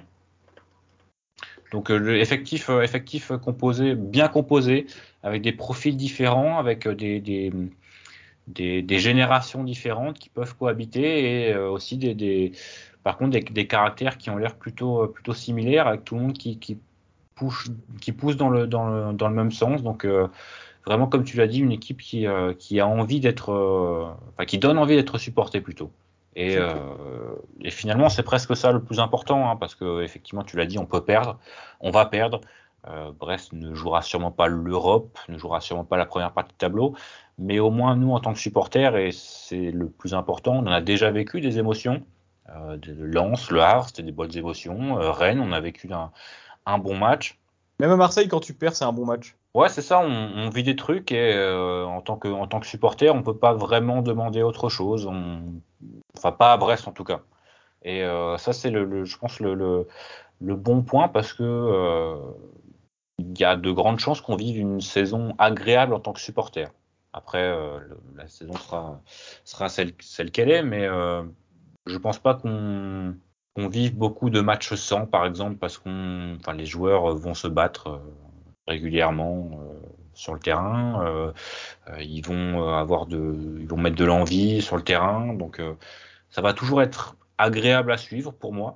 Donc euh, le effectif, euh, effectif composé, bien composé, avec des profils différents, avec euh, des, des des, des générations différentes qui peuvent cohabiter et euh, aussi des, des par contre des, des caractères qui ont l'air plutôt plutôt similaires avec tout le monde qui, qui pousse qui pousse dans le dans le dans le même sens. Donc euh, vraiment comme tu l'as dit, une équipe qui euh, qui a envie d'être euh, enfin qui donne envie d'être supportée plutôt. Et, euh, et finalement c'est presque ça le plus important, hein, parce que effectivement tu l'as dit, on peut perdre, on va perdre. Euh, Brest ne jouera sûrement pas l'Europe, ne jouera sûrement pas la première partie de tableau, mais au moins nous en tant que supporters, et c'est le plus important, on en a déjà vécu des émotions. Euh, de Lens, Le Havre, c'était des bonnes émotions. Euh, Rennes, on a vécu un, un bon match. Même à Marseille, quand tu perds, c'est un bon match. Ouais, c'est ça, on, on vit des trucs et euh, en tant que en tant que supporter, on peut pas vraiment demander autre chose. On, enfin, pas à Brest en tout cas. Et euh, ça, c'est le, le- je pense le, le, le bon point parce que euh, il y a de grandes chances qu'on vive une saison agréable en tant que supporter. Après, euh, le, la saison sera, sera celle, celle qu'elle est, mais euh, je pense pas qu'on, qu'on vive beaucoup de matchs sans, par exemple, parce qu'on, enfin, les joueurs vont se battre euh, régulièrement euh, sur le terrain. Euh, euh, ils vont avoir de, ils vont mettre de l'envie sur le terrain, donc euh, ça va toujours être agréable à suivre pour moi.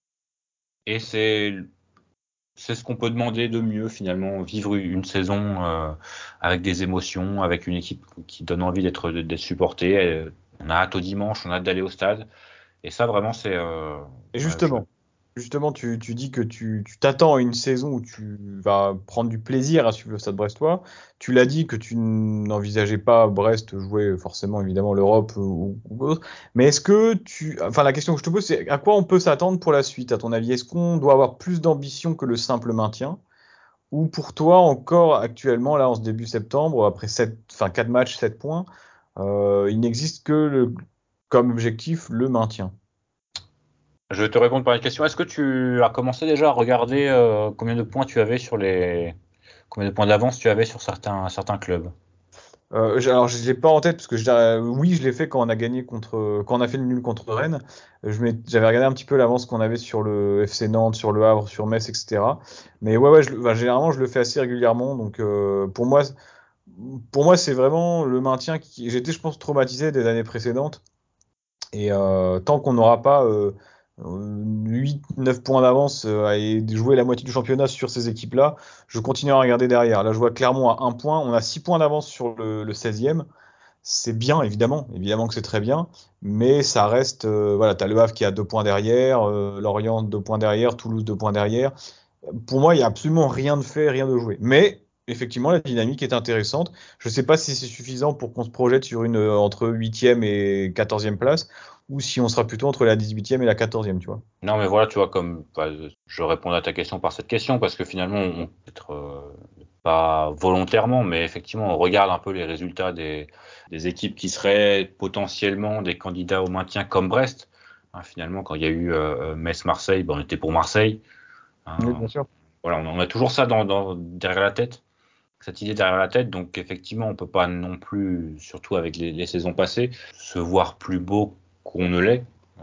Et c'est c'est ce qu'on peut demander de mieux finalement, vivre une saison euh, avec des émotions, avec une équipe qui donne envie d'être d'être supportée. Euh, on a hâte au dimanche, on a hâte d'aller au stade. Et ça vraiment c'est. Euh, Et ouais, je- justement, justement, tu, tu dis que tu tu t'attends à une saison où tu vas prendre du plaisir à suivre le Stade Brestois. Tu l'as dit que tu n'envisageais pas Brest jouer forcément évidemment l'Europe ou, ou autre. Mais est-ce que tu, enfin la question que je te pose, c'est à quoi on peut s'attendre pour la suite, à ton avis? Est-ce qu'on doit avoir plus d'ambition que le simple maintien? Ou pour toi encore actuellement, là en ce début septembre, après sept, enfin quatre matchs, sept points, euh, il n'existe que le, comme objectif le maintien? Je vais te répondre par une question. Est-ce que tu as commencé déjà à regarder euh, combien de points tu avais sur les, combien de points d'avance tu avais sur certains certains clubs? Euh, j'ai- alors, je l'ai pas en tête parce que je, euh, oui, je l'ai fait quand on a gagné contre, quand on a fait le nul contre Rennes. Euh, Je m'ai- j'avais regardé un petit peu l'avance qu'on avait sur le F C Nantes, sur le Havre, sur Metz, et cetera. Mais ouais, ouais, je, le- enfin, généralement, je le fais assez régulièrement. Donc, euh, pour moi, pour moi, c'est vraiment le maintien qui. J'étais, je pense, traumatisé des années précédentes. Et euh, tant qu'on n'aura pas euh, huit neuf points d'avance euh, et jouer la moitié du championnat sur ces équipes-là, je continue à regarder derrière. Là, je vois Clermont à un point. On a six points d'avance sur le, le seizième. C'est bien, évidemment. Évidemment que c'est très bien. Mais ça reste. Euh, voilà, tu as Le Havre qui a deux points derrière, euh, Lorient deux points derrière, Toulouse deux points derrière. Pour moi, il n'y a absolument rien de fait, rien de joué. Mais effectivement, la dynamique est intéressante. Je ne sais pas si c'est suffisant pour qu'on se projette sur une euh, entre huitième et quatorzième place, ou si on sera plutôt entre la dix-huitième et la quatorzième, tu vois. Non, mais voilà, tu vois, comme bah, je réponds à ta question par cette question, parce que finalement, on peut-être euh, pas volontairement, mais effectivement, on regarde un peu les résultats des, des équipes qui seraient potentiellement des candidats au maintien comme Brest. Hein, finalement, quand il y a eu euh, Metz-Marseille, ben, on était pour Marseille. Oui, Hein, bien sûr. voilà, on, on a toujours ça dans, dans, derrière la tête, cette idée derrière la tête. Donc, effectivement, on peut pas non plus, surtout avec les, les saisons passées, se voir plus beau qu'on ne l'est. Euh,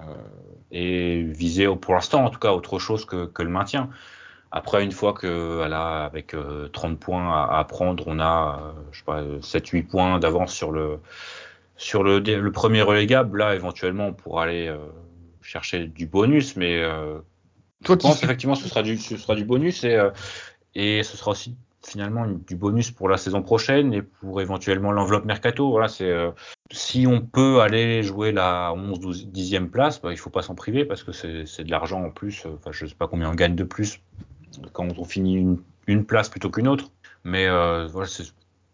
et viser pour l'instant en tout cas autre chose que, que le maintien. Après une fois que voilà, avec euh, trente points à, à prendre, on a euh, je sais pas sept huit points d'avance sur le sur le, le premier relégable, là éventuellement on pourra aller euh, chercher du bonus, mais euh, je Toi qui pense suis. effectivement ce sera du ce sera du bonus et euh, et ce sera aussi finalement une- du bonus pour la saison prochaine et pour éventuellement l'enveloppe mercato. Voilà, c'est euh, si on peut aller jouer la onze, douze, dixième place, bah, il faut pas s'en priver parce que c'est c'est de l'argent en plus. Enfin, je sais pas combien on gagne de plus quand on finit une, une place plutôt qu'une autre. Mais euh, voilà, c'est,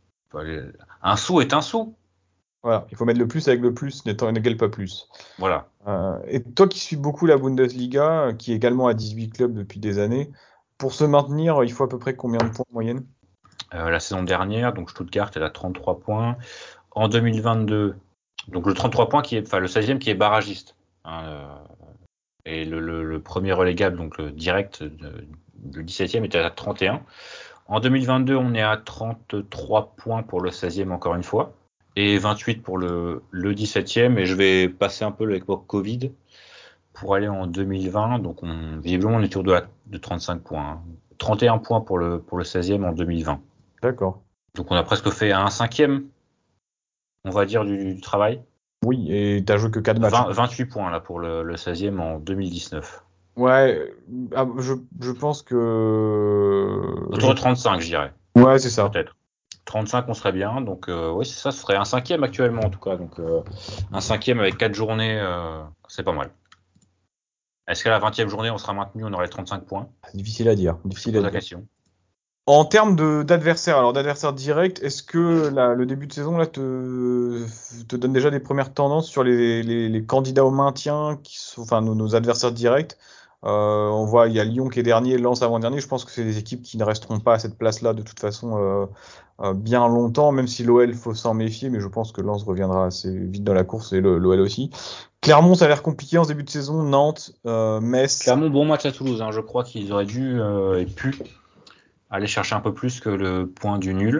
un sou est un sou. Voilà, il faut mettre le plus avec le plus, n'étant n'égale pas plus. Voilà. Euh, et toi qui suis beaucoup la Bundesliga, euh, qui est également à dix-huit clubs depuis des années, pour se maintenir, il faut à peu près combien de points en moyenne? Euh, la saison dernière, donc Stuttgart, elle a trente-trois points. En deux mille vingt-deux, donc le trente-trois points qui est, enfin le seizième qui est barragiste. Hein, euh, et le, le, le premier relégable, donc le direct, de, le dix-septième était à trente et un. En deux mille vingt-deux, on est à trente-trois points pour le seizième encore une fois. Et vingt-huit pour le, le dix-septième. Et je vais passer un peu l'époque Covid pour aller en deux mille vingt. Donc on, visiblement, on est autour de, la, de trente-cinq points. Hein. trente et un points pour le, pour le seizième en deux mille vingt. D'accord. Donc on a presque fait un cinquième, on va dire, du, du travail. Oui, et t'as joué que quatre matchs. vingt, vingt-huit points là pour le, le seizième en deux mille dix-neuf. Ouais, euh, ah, je, je pense que Autour je- de trente-cinq, je dirais. ouais, c'est ça. Peut-être. trente-cinq, on serait bien. Donc, euh, oui, c'est ça, ce serait un cinquième actuellement, en tout cas. Donc, euh, un cinquième avec quatre journées, euh, c'est pas mal. Est-ce qu'à la vingtième journée, on sera maintenu, on aurait trente-cinq points? Difficile à dire. Je te Difficile à pose la dire. question. En termes de d'adversaires, alors d'adversaires directs, est-ce que la- le début de saison là te, te donne déjà des premières tendances sur les, les, les candidats au maintien, qui sont, enfin nos, nos adversaires directs? Euh, on voit, il y a Lyon qui est dernier, Lens avant-dernier. Je pense que c'est des équipes qui ne resteront pas à cette place-là de toute façon euh, euh, bien longtemps, même si l'O L, faut s'en méfier, mais je pense que Lens reviendra assez vite dans la course et le- l'O L aussi. Clermont, ça a l'air compliqué en ce début de saison. Nantes, euh, Metz. Clermont, bon match à Toulouse. Hein. Je crois qu'ils auraient dû euh, et pu aller chercher un peu plus que le point du nul,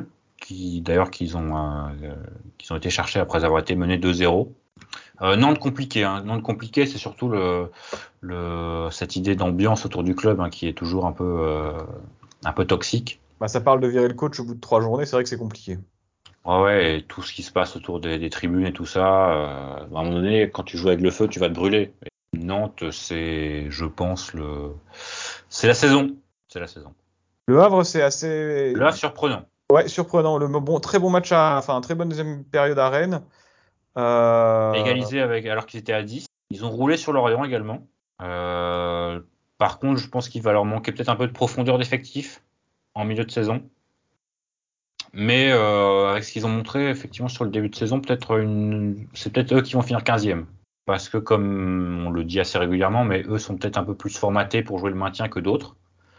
qui d'ailleurs qu'ils ont, euh, qu'ils ont été cherchés après avoir été menés deux zéro. Euh, Nantes compliqué, hein. Nantes compliqué, c'est surtout le, le, cette idée d'ambiance autour du club hein, qui est toujours un peu, euh, un peu toxique. Bah, ça parle de virer le coach au bout de trois journées, c'est vrai que c'est compliqué. Ouais, ouais, et tout ce qui se passe autour des, des tribunes et tout ça, euh, à un moment donné, quand tu joues avec le feu, tu vas te brûler. Et Nantes, c'est, je pense, le, c'est la saison. C'est la saison. Le Havre, c'est assez Le Havre surprenant. ouais, surprenant. Le bon, très bon match, à, enfin, très bonne deuxième période à Rennes. Euh... Égalisé avec, alors qu'ils étaient à dix. Ils ont roulé sur Lorient également. Euh, par contre, je pense qu'il va leur manquer peut-être un peu de profondeur d'effectif en milieu de saison. Mais euh, avec ce qu'ils ont montré effectivement sur le début de saison, peut-être une... c'est peut-être eux qui vont finir quinzième. Parce que comme on le dit assez régulièrement, mais eux sont peut-être un peu plus formatés pour jouer le maintien que d'autres.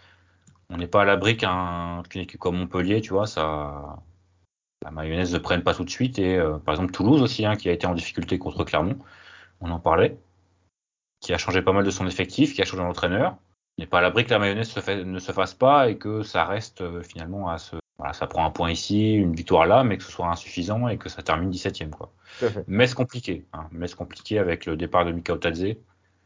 On n'est pas à l'abri qu'un, qu'une équipe comme Montpellier, tu vois, ça, la mayonnaise ne prenne pas tout de suite. Et euh, par exemple Toulouse aussi, hein, qui a été en difficulté contre Clermont, on en parlait, qui a changé pas mal de son effectif, qui a changé d'entraîneur. On n'est pas à l'abri que la mayonnaise se fait, ne se fasse pas et que ça reste euh, finalement à ce voilà, ça prend un point ici, une victoire là, mais que ce soit insuffisant et que ça termine dix-septième, quoi. Mais c'est compliqué, hein. Mais c'est compliqué avec le départ de Mika Otadze.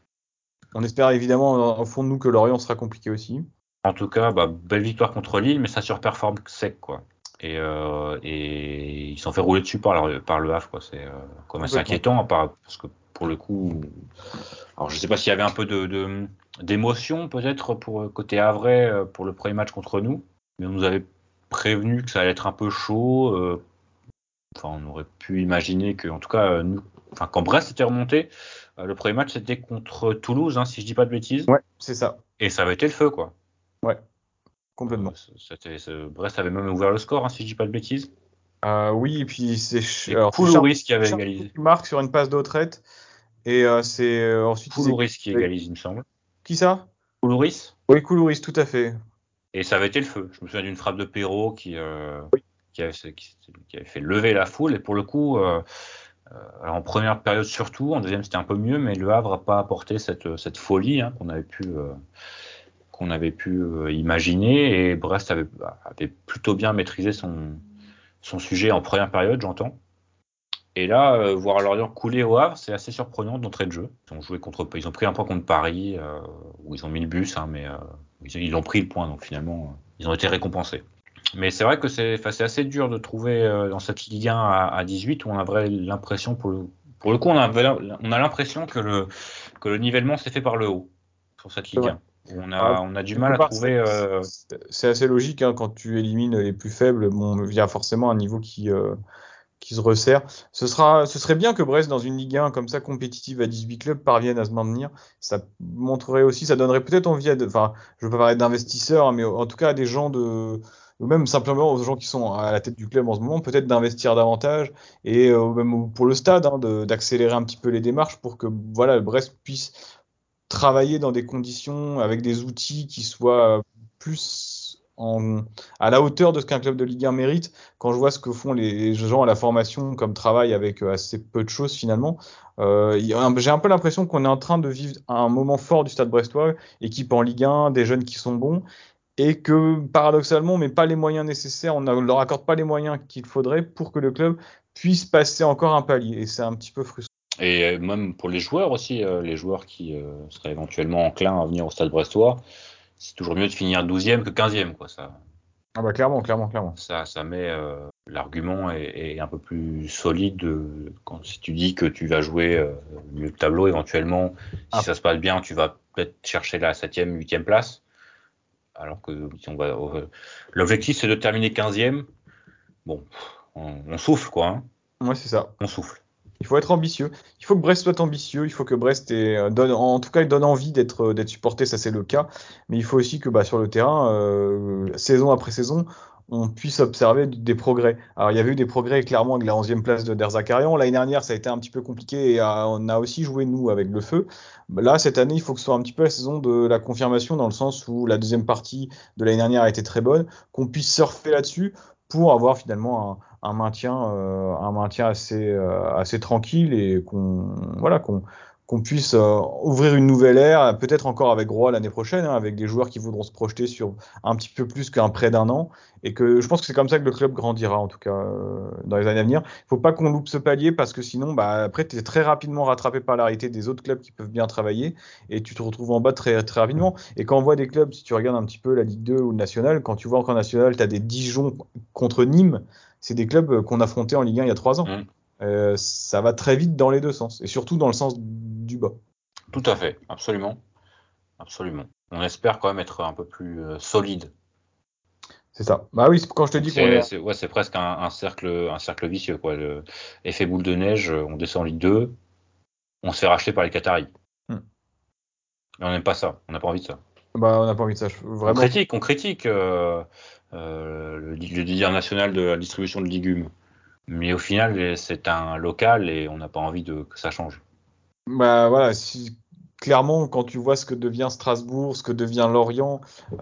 On espère évidemment au fond de nous que Lorient sera compliqué aussi. En tout cas, bah, belle victoire contre Lille, mais ça surperforme sec, quoi. Et, euh, et ils sont fait rouler dessus par, leur, par le Havre, quoi. C'est euh, quand même assez inquiétant, parce que pour le coup, alors je sais pas s'il y avait un peu de, de d'émotion peut-être pour côté havrais pour le premier match contre nous, mais on nous avait prévenu que ça allait être un peu chaud. Euh, enfin, on aurait pu imaginer que, en tout cas, nous, enfin, quand Brest était remonté, euh, le premier match c'était contre Toulouse, hein, si je dis pas de bêtises. Ouais, c'est ça. Et ça avait été le feu, quoi. Ouais, complètement. Euh, c'était, Brest avait même ouvert le score, hein, si je dis pas de bêtises. Euh, oui, et puis c'est ch- alors, Koulouris qui avait égalisé. Qui marque sur une passe de retraite. Et euh, c'est euh, ensuite. Koulouris qui égalise, il me semble. Qui ça? Koulouris. Oui, Koulouris, tout à fait. Et ça avait été le feu. Je me souviens d'une frappe de Perrault qui, euh, oui. qui, avait, qui, qui avait fait lever la foule. Et pour le coup, euh, alors en première période surtout, en deuxième c'était un peu mieux, mais le Havre n'a pas apporté cette, cette folie hein, qu'on avait pu, euh, qu'on avait pu euh, imaginer. Et Brest avait, avait plutôt bien maîtrisé son, son sujet en première période, j'entends. Et là, euh, voir Lorient couler au Havre, c'est assez surprenant d'entrée de jeu. Ils ont joué contre, ils ont pris un point contre Paris, euh, où ils ont mis le bus, hein, mais euh, ils, ils ont pris le point, donc finalement, euh, ils ont été récompensés. Mais c'est vrai que c'est, c'est assez dur de trouver euh, dans cette Ligue un à, à dix-huit où on avait l'impression, pour le, pour le coup, on, avait, on a l'impression que le, que le nivellement s'est fait par le haut sur cette Ligue un. Où on a, ah, on a du mal à part, trouver. C'est, euh... c'est assez logique hein, quand tu élimines les plus faibles. Bon, il y a forcément un niveau qui euh, qui se resserre. Ce sera, ce serait bien que Brest, dans une Ligue un comme ça compétitive à dix-huit clubs, parvienne à se maintenir. Ça montrerait aussi, ça donnerait peut-être envie à, de, enfin, je veux pas parler d'investisseurs, mais en tout cas à des gens de, ou même simplement aux gens qui sont à la tête du club en ce moment, peut-être d'investir davantage et euh, même pour le stade, hein, de, d'accélérer un petit peu les démarches pour que, voilà, Brest puisse travailler dans des conditions avec des outils qui soient plus en, à la hauteur de ce qu'un club de Ligue un mérite. Quand je vois ce que font les gens à la formation comme travail avec assez peu de choses finalement, euh, j'ai un peu l'impression qu'on est en train de vivre un moment fort du Stade brestois, équipe en Ligue un, des jeunes qui sont bons, et que paradoxalement, on met pas les moyens nécessaires, on ne leur accorde pas les moyens qu'il faudrait pour que le club puisse passer encore un palier. Et c'est un petit peu frustrant. Et même pour les joueurs aussi, euh, les joueurs qui euh, seraient éventuellement enclins à venir au Stade brestois, c'est toujours mieux de finir douzième que quinzième, quoi. Ça, ah bah clairement, clairement, clairement. Ça, ça met euh, l'argument est, est un peu plus solide euh, quand si tu dis que tu vas jouer euh, le milieu de tableau éventuellement. Si ah. ça se passe bien, tu vas peut-être chercher la septième, huitième place. Alors que si on va, euh, l'objectif c'est de terminer quinzième. Bon, on, on souffle quoi. Hein. Ouais, c'est ça. On souffle. Il faut être ambitieux. Il faut que Brest soit ambitieux. Il faut que Brest ait, donne, en tout cas, il donne envie d'être, d'être supporté. Ça, c'est le cas. Mais il faut aussi que, bah, sur le terrain, euh, saison après saison, on puisse observer des progrès. Alors, il y avait eu des progrès clairement avec la onzième place de Derzakarian. L'année dernière, ça a été un petit peu compliqué et euh, on a aussi joué, nous, avec le feu. Là, cette année, il faut que ce soit un petit peu la saison de la confirmation dans le sens où la deuxième partie de l'année dernière a été très bonne, qu'on puisse surfer là-dessus pour avoir finalement un, un maintien, euh, un maintien assez, euh, assez tranquille et qu'on, voilà, qu'on, qu'on puisse euh, ouvrir une nouvelle ère, peut-être encore avec Roy l'année prochaine, hein, avec des joueurs qui voudront se projeter sur un petit peu plus qu'un prêt d'un an, et que je pense que c'est comme ça que le club grandira, en tout cas, euh, dans les années à venir. Il faut pas qu'on loupe ce palier, parce que sinon, bah, après, tu es très rapidement rattrapé par la réalité des autres clubs qui peuvent bien travailler, et tu te retrouves en bas très, très rapidement. Et quand on voit des clubs, si tu regardes un petit peu la Ligue deux ou le National, quand tu vois qu'en National, tu as des Dijon contre Nîmes, c'est des clubs qu'on affrontait en Ligue un il y a trois ans. Mmh. Euh, ça va très vite dans les deux sens, et surtout dans le sens du bas. Tout à fait, absolument. Absolument. On espère quand même être un peu plus euh, solide. C'est ça. Bah oui, c'est quand je te dis qu'on C'est, est... c'est, ouais, c'est presque un, un cercle, un cercle vicieux, quoi. Le effet boule de neige, on descend en Ligue deux, on se fait racheter par les Qataris. Hmm. Et on n'aime pas ça, on n'a pas envie de ça. Bah, on n'a pas envie de ça. je- On Vraiment. critique, on critique euh, euh, le, le délire national de la distribution de légumes. Mais au final, c'est un local et on n'a pas envie de, que ça change. Bah voilà, si- clairement, quand tu vois ce que devient Strasbourg, ce que devient Lorient,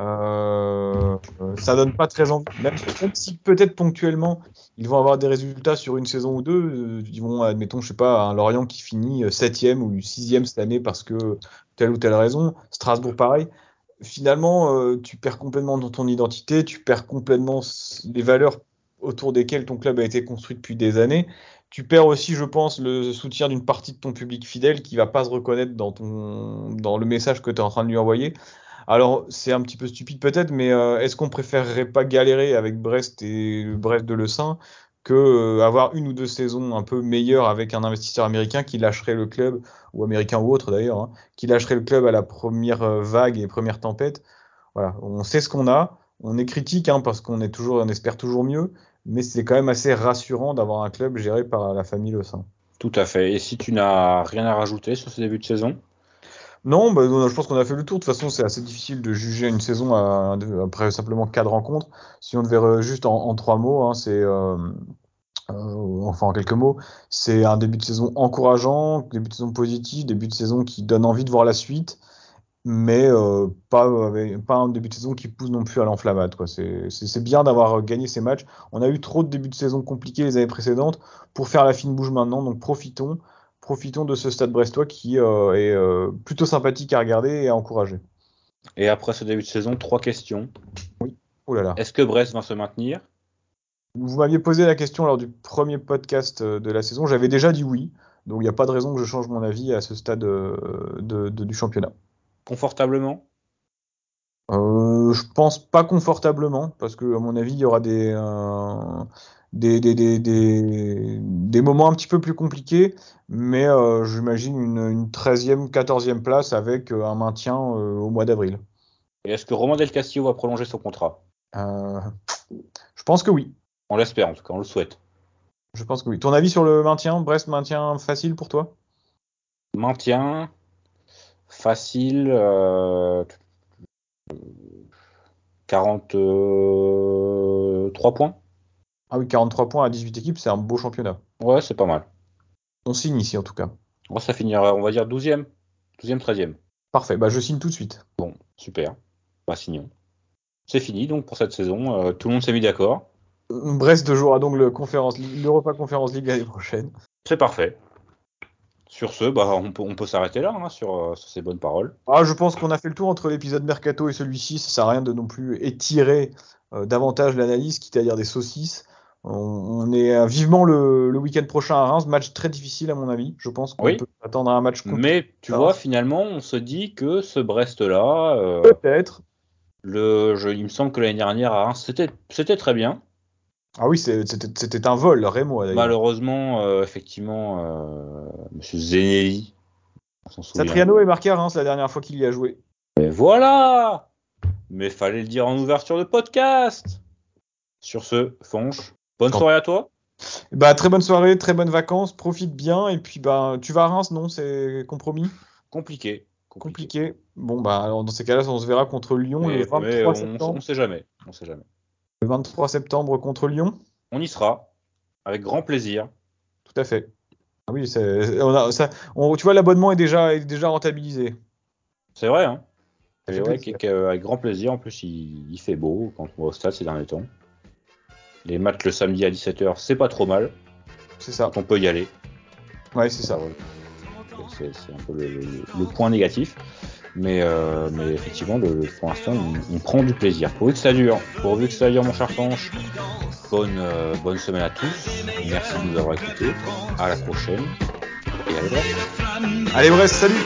euh, euh, ça donne pas très envie. Même, même si peut-être ponctuellement, ils vont avoir des résultats sur une saison ou deux, euh, ils vont, admettons, je sais pas, un Lorient qui finit euh, septième ou sixième cette année parce que telle ou telle raison. Strasbourg, pareil. Finalement, euh, tu perds complètement dans ton identité, tu perds complètement s- les valeurs autour desquelles ton club a été construit depuis des années. Tu perds aussi, je pense, le soutien d'une partie de ton public fidèle qui va pas se reconnaître dans ton, dans le message que tu es en train de lui envoyer. Alors, c'est un petit peu stupide peut-être, mais euh, est-ce qu'on préférerait pas galérer avec Brest et Brest de Le Saint que euh, avoir une ou deux saisons un peu meilleures avec un investisseur américain qui lâcherait le club, ou américain ou autre d'ailleurs, hein, qui lâcherait le club à la première euh, vague et première tempête? Voilà, on sait ce qu'on a, on est critique hein, parce qu'on est toujours, on espère toujours mieux, mais c'est quand même assez rassurant d'avoir un club géré par la famille Le Saint. Tout à fait. Et si tu n'as rien à rajouter sur ce début de saison? Non, bah, non, je pense qu'on a fait le tour. De toute façon, c'est assez difficile de juger une saison à- après simplement quatre rencontres. Si on devait re- juste en, en trois mots, hein, c'est euh, euh, enfin en quelques mots, c'est un début de saison encourageant, début de saison positif, début de saison qui donne envie de voir la suite, mais euh, pas, avec- pas un début de saison qui pousse non plus à l'enflammade, quoi. C'est, c'est, c'est bien d'avoir gagné ces matchs. On a eu trop de débuts de saison compliqués les années précédentes pour faire la fine bouche maintenant, donc profitons, profitons de ce stade brestois qui euh, est euh, plutôt sympathique à regarder et à encourager. Et après ce début de saison, trois questions. Oh là là. Est-ce que Brest va se maintenir? Vous m'aviez posé la question lors du premier podcast euh, de la saison, j'avais déjà dit oui, donc il n'y a pas de raison que je change mon avis à ce stade euh, de- de- du championnat. Confortablement? Euh, je pense pas confortablement, parce que à mon avis, il y aura des, euh, des, des, des, des, des moments un petit peu plus compliqués, mais euh, j'imagine une, une treizième, quatorzième place avec euh, un maintien euh, au mois d'avril. Et est-ce que Romain Del Castillo va prolonger son contrat? Euh, je pense que oui. On l'espère en tout cas, on le souhaite. Je pense que oui. Ton avis sur le maintien? Brest, maintien facile pour toi? Maintien, facile, euh, quarante-trois points. Ah oui, quarante-trois points à dix-huit équipes, c'est un beau championnat. Ouais, c'est pas mal. On signe ici en tout cas. Moi, ça finira, on va dire douzième, douzième, treizième. Parfait, bah je signe tout de suite. Bon, super. Bah, signons. C'est fini donc pour cette saison. Euh, tout le monde s'est mis d'accord. Brest jouera donc le conférence, l'Europa Conference League l'année prochaine. C'est parfait. Sur ce, bah, on peut, on peut s'arrêter là hein, sur, euh, sur ces bonnes paroles. Ah, je pense qu'on a fait le tour entre l'épisode Mercato et celui-ci. Ça sert à rien de non plus étirer euh, davantage l'analyse, quitte à dire des saucisses. On, on est euh, vivement le, le week-end prochain à Reims. Match très difficile à mon avis. Je pense qu'on Oui. peut attendre un match compliqué. Mais tu vois, finalement, on se dit que ce Brest-là, euh, Peut-être. le, je, il me semble que l'année dernière à Reims, c'était, c'était très bien. Ah oui, c'est- c'était c'était un vol, Rémo d'ailleurs. Malheureusement, euh, effectivement, euh, Monsieur Zenelli, on s'en souvient. Satriano est marqué à Reims la dernière fois qu'il y a joué. Et voilà! Mais fallait le dire en ouverture de podcast. Sur ce, Fonche, bonne Quand- soirée à toi. Bah, très bonne soirée, très bonnes vacances, profite bien. Et puis, bah, tu vas à Reims, non? C'est compromis? Compliqué. Compliqué. Compliqué. Bon, bah, alors, dans ces cas-là, on se verra contre Lyon Mais, le mais vingt-trois on, septembre. on sait jamais. On sait jamais. Le vingt-trois septembre contre Lyon. On y sera. Avec grand plaisir. Tout à fait. Ah oui, c'est- on a, ça, on- tu vois, l'abonnement est déjà, est déjà rentabilisé. C'est vrai, hein. Ça Et fait ouais, plaisir. qu'avec avec grand plaisir. En plus, il, il fait beau quand on va au stade ces derniers temps. Les matchs le samedi à dix-sept heures, c'est pas trop mal. C'est ça. On peut y aller. Ouais, c'est ça. Ouais. c'est, c'est un peu le, le, le point négatif. Mais, euh, mais effectivement, le, pour l'instant, on, on prend du plaisir. Pourvu que ça dure, pourvu que ça dure, mon cher Fanche. Bonne, euh, bonne semaine à tous. Merci de nous avoir écoutés. À la prochaine. Et allez, Brest. Allez, Brest, salut!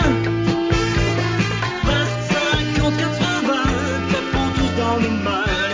Dans le mal.